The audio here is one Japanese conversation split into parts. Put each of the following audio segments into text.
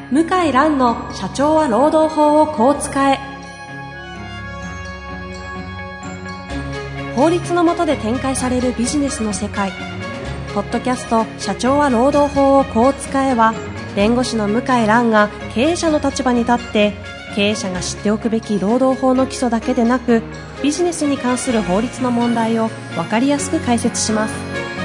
向井蘭の社長は労働法をこう使え。法律の下で展開されるビジネスの世界。ポッドキャスト社長は労働法をこう使えは、弁護士の向井蘭が経営者の立場に立って経営者が知っておくべき労働法の基礎だけでなく、ビジネスに関する法律の問題を分かりやすく解説します。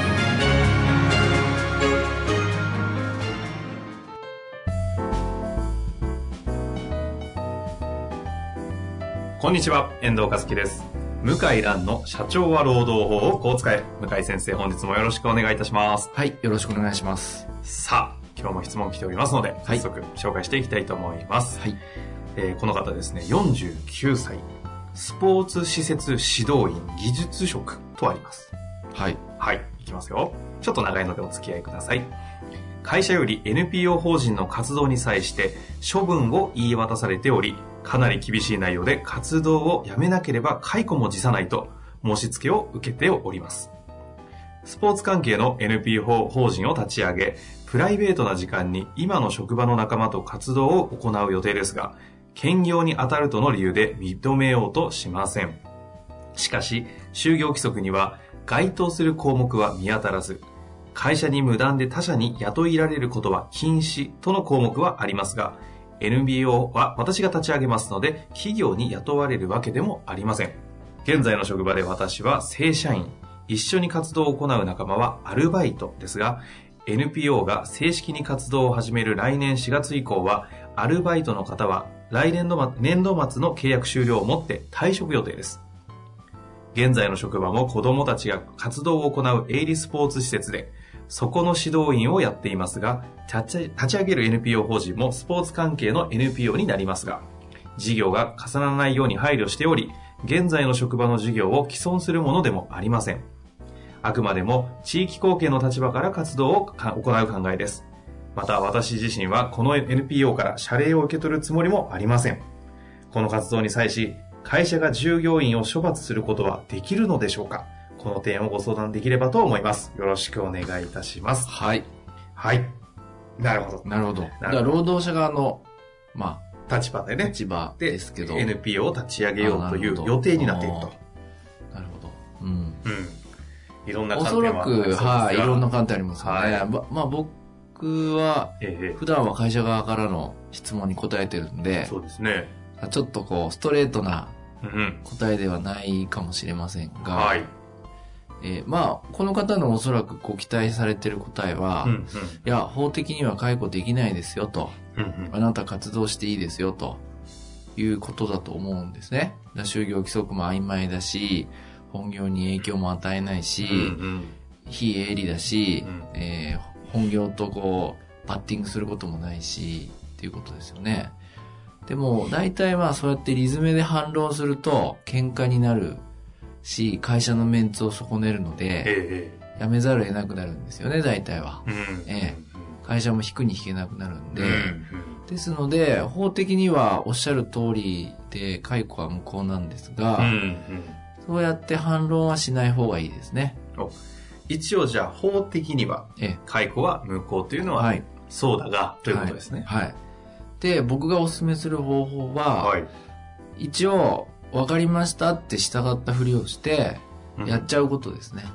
こんにちは、遠藤和樹です。向井蘭の社長は労働法をこう使え。向井先生、本日もよろしくお願いいたします。 はい、よろしくお願いします。 さあ、今日も質問来ておりますので、早速紹介していきたいと思います。はい。この方ですね、49歳、スポーツ施設指導員技術職とあります。 はい。 はい、いきますよ。ちょっと長いのでお付き合いください。会社より NPO 法人の活動に際して処分を言い渡されており、かなり厳しい内容で活動をやめなければ解雇も辞さないと申し付けを受けております。スポーツ関係の NPO 法人を立ち上げ、プライベートな時間に今の職場の仲間と活動を行う予定ですが、兼業に当たるとの理由で認めようとしません。しかし、就業規則には該当する項目は見当たらず、会社に無断で他社に雇いられることは禁止との項目はありますが、NPO は私が立ち上げますので、企業に雇われるわけでもありません。現在の職場で私は正社員、一緒に活動を行う仲間はアルバイトですが、NPO が正式に活動を始める来年4月以降は、アルバイトの方は来年度年度末の契約終了をもって退職予定です。現在の職場も子どもたちが活動を行う営利スポーツ施設で、そこの指導員をやっていますが、立ち上げる NPO 法人もスポーツ関係の NPO になりますが、事業が重ならないように配慮しており、現在の職場の事業を既存するものでもありません。あくまでも地域貢献の立場から活動を行う考えです。また私自身はこの NPO から謝礼を受け取るつもりもありません。この活動に際し、会社が従業員を処罰することはできるのでしょうか？この点をご相談できればと思います。よろしくお願いいたします。 はい。 はい。なるほど。 なるほど。だから労働者側の、 立場でね。 立場ですけど。 NPO を立ち上げようという予定になっていると。 なるほど。うん。 いろんな観点はありますが。 おそらく、はい、いろんな観点ありますよね。僕は、普段は会社側からの質問に答えてるんで、 そうですね。 ちょっとストレートな答えではないかもしれませんが、はい。この方のおそらく期待されている答えは、いや、法的には解雇できないですよと、あなた活動していいですよということだと思うんですね。就業規則も曖昧だし、本業に影響も与えないし、非営利だし、本業とバッティングすることもないし、っていうことですよね。でも、大体そうやってリズムで反論すると、喧嘩になるし、会社のメンツを損ねるので、辞めざるを得なくなるんですよね、大体は。会社も引くに引けなくなるんで、ですので、法的にはおっしゃる通りで、解雇は無効なんですが、そうやって反論はしない方がいいですね。 一応じゃあ、法的には、解雇は無効というのは、そうだが、ということですね。 はい。で、僕がお勧めする方法は、一応、わかりましたって従ったふりをして、やっちゃうことですね。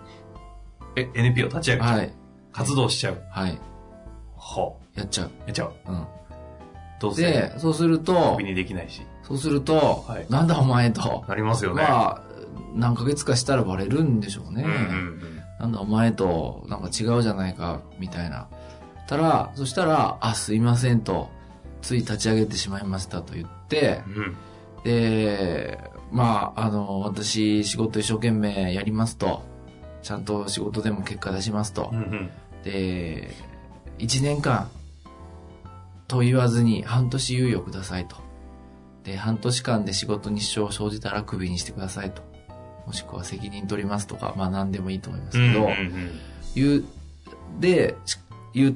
NPO 立ち上げちゃう。はい。活動しちゃう。 はい。やっちゃう。 どうせ。 で、そうすると、 首にできないし。 そうすると、なんだお前と。 なりますよね。 何ヶ月かしたらバレるんでしょうね。なんだお前と、なんか違うじゃないか、みたいな。そしたら、すいませんと、つい立ち上げてしまいましたと言って、で、私、仕事一生懸命やりますと、ちゃんと仕事でも結果出しますと、で、1年間と言わずに半年猶予くださいと。で、半年間で仕事に支障を生じたらクビにしてくださいと。もしくは責任取りますとか、何でもいいと思いますけど、言って、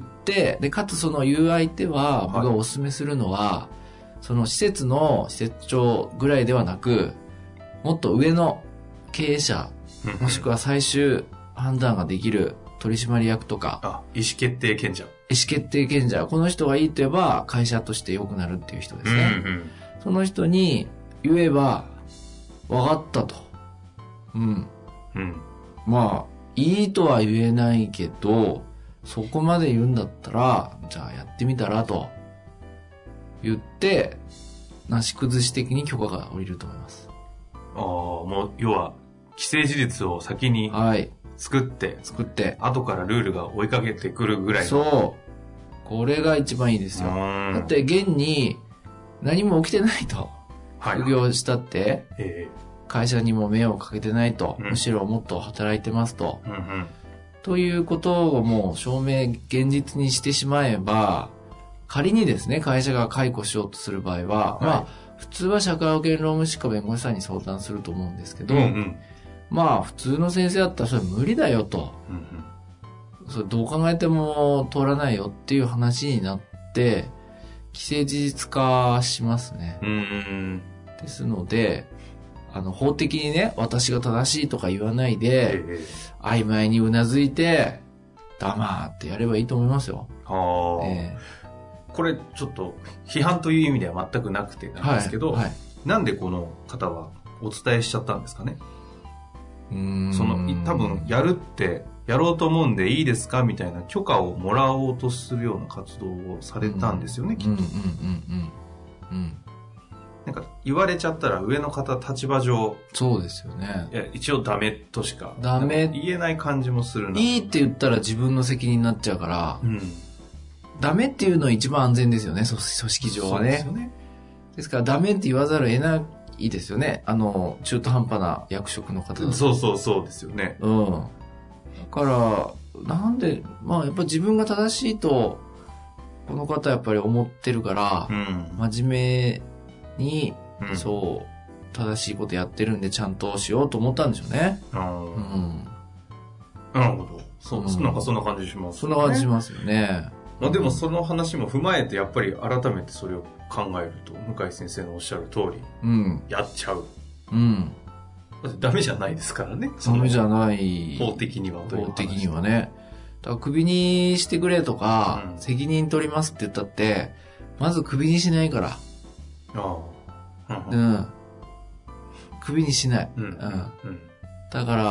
で、かつその言う相手は、僕がお勧めするのは、その施設の施設長ぐらいではなく、もっと上の経営者、もしくは最終判断ができる取締役とか、 意思決定権者。 思決定権者、この人がいいと言えば会社として良くなるっていう人ですね。その人に言えば、分かったと。まあ、いいとは言えないけど、そこまで言うんだったら、じゃあやってみたらと言って、なし崩し的に許可が下りると思います。 もう、要は、既成事実を先に作って、後からルールが追いかけてくるぐらいの。 そう。これが一番いいですよ。だって、現に何も起きてないと。副業したって、会社にも迷惑かけてないと。むしろもっと働いてますと。ということをもう証明、現実にしてしまえば、仮にですね、会社が解雇しようとする場合は、まあ、普通は社会保険労務士か弁護士さんに相談すると思うんですけど、まあ、普通の先生だったらそれ無理だよと。それどう考えても通らないよっていう話になって、既成事実化しますね。ですので、法的にね、私が正しいとか言わないで、曖昧にうなずいて、黙ってやればいいと思いますよ。 これちょっと批判という意味では全くなくてなんですけど、なんでこの方はお伝えしちゃったんですかね。多分やろうと思うんでいいですかみたいな許可をもらおうとするような活動をされたんですよね、きっと。なんか言われちゃったら上の方立場上。 そうですよね。 いや一応ダメとしか言えない感じもするな。 いいって言ったら自分の責任になっちゃうから、ダメっていうのが一番安全ですよね、組織上はね。ですからダメって言わざるを得ないですよね。中途半端な役職の方。 そうですよね。 だから、なんで、まあやっぱ自分が正しいと、この方やっぱり思ってるから、真面目に、正しいことやってるんでちゃんとしようと思ったんでしょうね。 なるほど。なんかそんな感じしますね。 そんな感じしますよね。 まあでもその話も踏まえてやっぱり改めてそれを考えると向井先生のおっしゃる通り、やっちゃう。ダメじゃないですからね。 ダメじゃない。 法的にはという。 法的にはね。だからクビにしてくれとか、責任取りますって言ったって、まずクビにしないから。クビにしない。だから、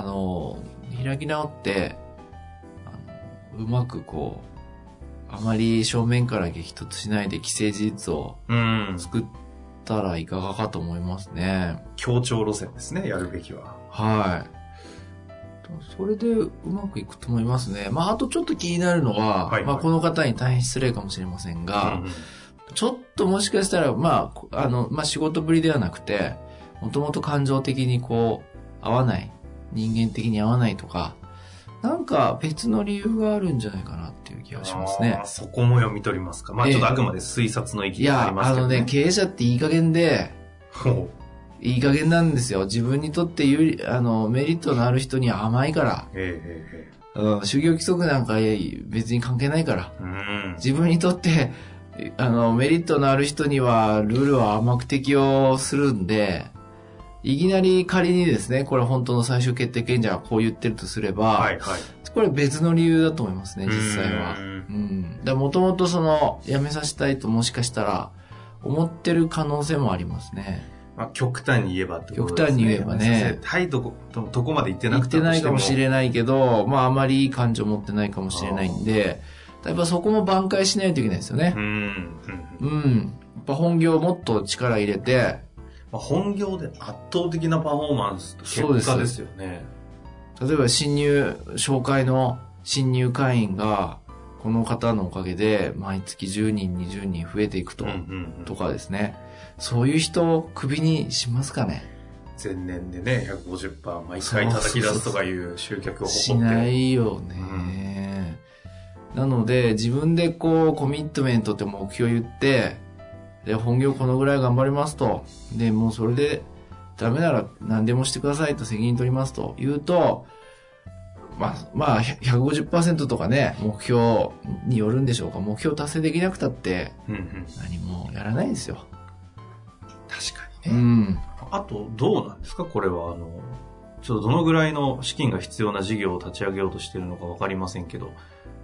開き直って、うまくこう、あまり正面から激突しないで既成事実を作ったらいかがかと思いますね。 協調路線ですね、やるべきは。 はい。それでうまくいくと思いますね。まあ、あとちょっと気になるのは、まあ、この方に大変失礼かもしれませんが、ちょっともしかしたら、まあ、仕事ぶりではなくて、もともと感情的にこう、合わない、人間的に合わないとか、なんか別の理由があるんじゃないかなっていう気がしますね。 そこも読み取りますか。まあちょっとあくまで推察の域がありますけどね。 いや、経営者っていい加減で、いい加減なんですよ。自分にとってメリットのある人には甘いから。就業規則なんか別に関係ないから。自分にとって、メリットのある人にはルールは甘く適用するんで、いきなり仮にですね、これ本当の最終決定権者がこう言ってるとすれば、これ別の理由だと思いますね、実際は。もともと辞めさせたいともしかしたら思ってる可能性もありますね。 まあ、極端に言えばってことですね。 極端に言えばね。 態度とこまで言ってなくても。 言ってないかもしれないけど、まああまりいい感情持ってないかもしれないんで、やっぱそこも挽回しないといけないですよね。やっぱ本業をもっと力入れて、 本業で圧倒的なパフォーマンスと結果ですよね。 例えば紹介の新入会員が、この方のおかげで毎月10人、20人増えていくとかですね。そういう人をクビにしますかね。 前年でね、150% 毎回叩き出すとかいう集客を誇って。 しないよね。なので、自分でこう、コミットメントって目標言って、で、本業このぐらい頑張りますと。で、もうそれでダメなら何でもしてくださいと責任取りますと言うと、まあ、150% とかね、目標によるんでしょうか。目標達成できなくたって、何もやらないですよ。 確かにね。あと、どうなんですかこれは、ちょっとどのぐらいの資金が必要な事業を立ち上げようとしているのかわかりませんけど、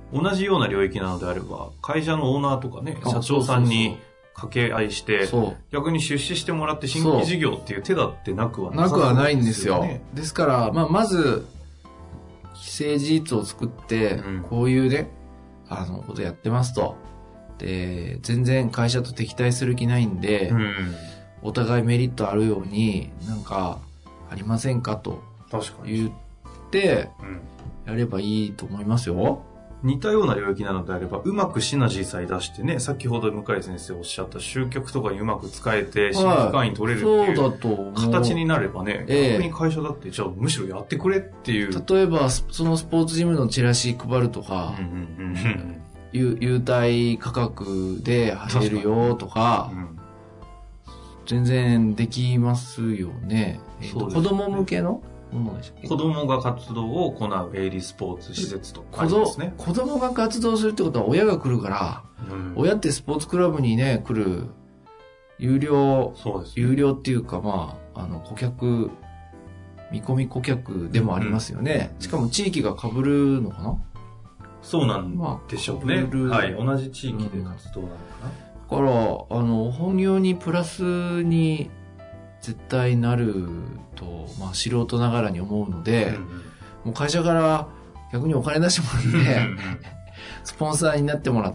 同じような領域なのであれば、会社のオーナーとかね、社長さんに掛け合いして、逆に出資してもらって新規事業っていう手だってなくはないんですよ。ですから、まず、既成事実を作って、こういうね、ことやってますと。で、全然会社と敵対する気ないんで、お互いメリットあるように、なんか、ありませんかと。言って、やればいいと思いますよ。 似たような領域なのであれば、うまくシナジーさえ出してね、先ほど向井先生おっしゃった集客とかにうまく使えて、新規会員取れるっていう形になればね、逆に会社だって、じゃあむしろやってくれっていう。 例えば、そのスポーツジムのチラシ配るとか、優待価格で入れるよとか、全然できますよね。子供向けのものでしたっけ？ 子供が活動を行う営利スポーツ施設とかありますね。 子供が活動するってことは親が来るから、親ってスポーツクラブにね、来る有料っていうか、顧客、見込み顧客でもありますよね。しかも地域が被るのかな？ そうなんでしょうね。はい、同じ地域で活動なのかな。 だから、本業にプラスに絶対なると、素人ながらに思うので、もう会社から逆にお金出してもらって、スポンサーになってもらって、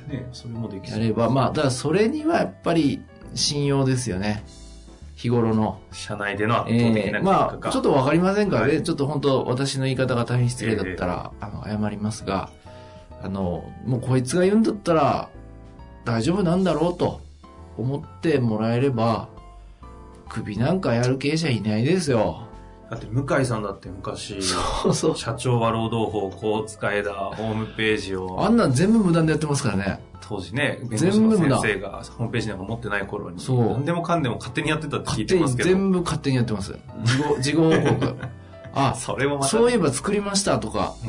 それもできやれば、だからそれにはやっぱり信用ですよね。日頃の。 社内での圧倒的な結果が。 ちょっとわかりませんからね、ちょっと本当私の言い方が大変失礼だったら、謝りますが、もうこいつが言うんだったら大丈夫なんだろうと思ってもらえれば、クビなんかやる経営者いないですよ。 だって向井さんだって昔、社長は労働法こう使えだ、ホームページを。 あんなん全部無断でやってますからね。 当時ね、弁護士の先生がホームページなんか持ってない頃に、何でもかんでも勝手にやってたって聞いてますけど。 全部勝手にやってます。事後報告。 それもまた、 そういえば作りましたとか。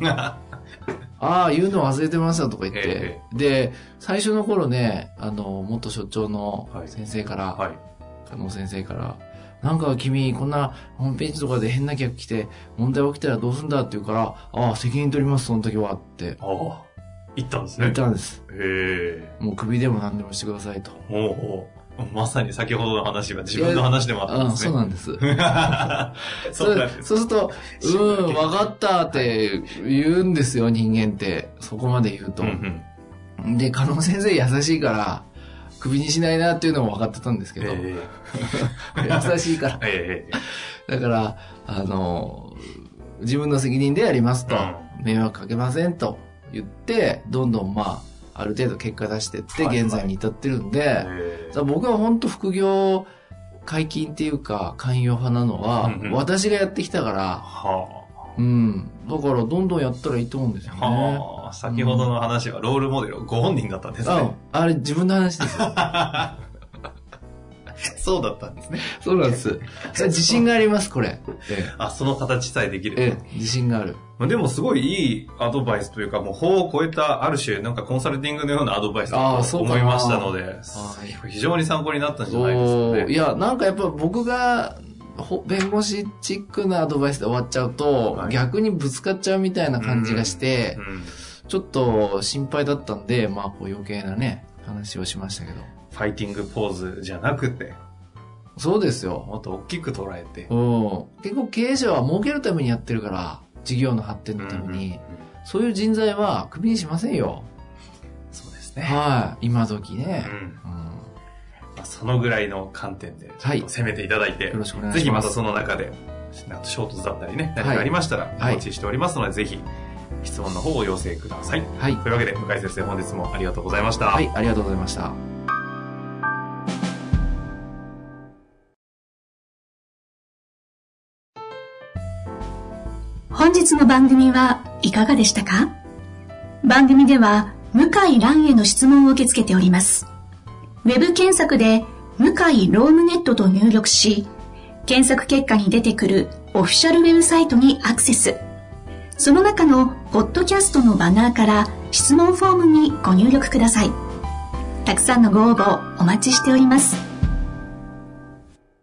言うの忘れてましたとか言って。で、最初の頃ね、元所長の先生から、加納先生から、なんか君、こんなホームページとかで変な客来て、問題起きたらどうすんだって言うから、責任取ります、その時はって。 言ったんですね。 言ったんです。もうクビでも何でもしてくださいと。 まさに先ほどの話が自分の話でもあったんですね。 そうなんです。そうすると、分かったって言うんですよ、人間って。そこまで言うと。で、加納先生優しいから、クビにしないなっていうのも分かってたんですけど。優しいから。だから、自分の責任でやりますと。迷惑かけませんと言って、どんどんある程度結果出してって現在に至ってるんで、僕は本当副業解禁っていうか寛容派なのは、私がやってきたから、だからどんどんやったらいいと思うんですよね。 先ほどの話はロールモデルご本人だったんですね。 あれ自分の話ですよ。 そうだったんですね。 そうなんです。自信があります、これ。 その形さえできる。 自信がある。 でもすごいいいアドバイスというか、もう法を超えたある種なんかコンサルティングのようなアドバイスだと思いましたので、非常に参考になったんじゃないですかね。 いや、なんかやっぱ僕が弁護士チックなアドバイスで終わっちゃうと、逆にぶつかっちゃうみたいな感じがして、ちょっと心配だったんで、こう余計なね、話をしましたけど。 ファイティングポーズじゃなくて。 そうですよ。 もっと大きく捉えて。 結構経営者は儲けるためにやってるから、事業の発展のために、そういう人材はクビにしませんよ。 そうですね。 はい。今時ね。 そのぐらいの観点で、ちょっと攻めていただいて、 よろしくお願いします。 ぜひまたその中で、衝突だったりね、何かありましたら、お待ちしておりますので、ぜひ、質問の方をお寄せください。というわけで、向井先生、本日もありがとうございました。 はい、ありがとうございました。 本日の番組はいかがでしたか？番組では向井蘭への質問を受け付けております。ウェブ検索で向井ロームネットと入力し、検索結果に出てくるオフィシャルウェブサイトにアクセス。その中のポッドキャストのバナーから質問フォームにご入力ください。たくさんのご応募お待ちしております。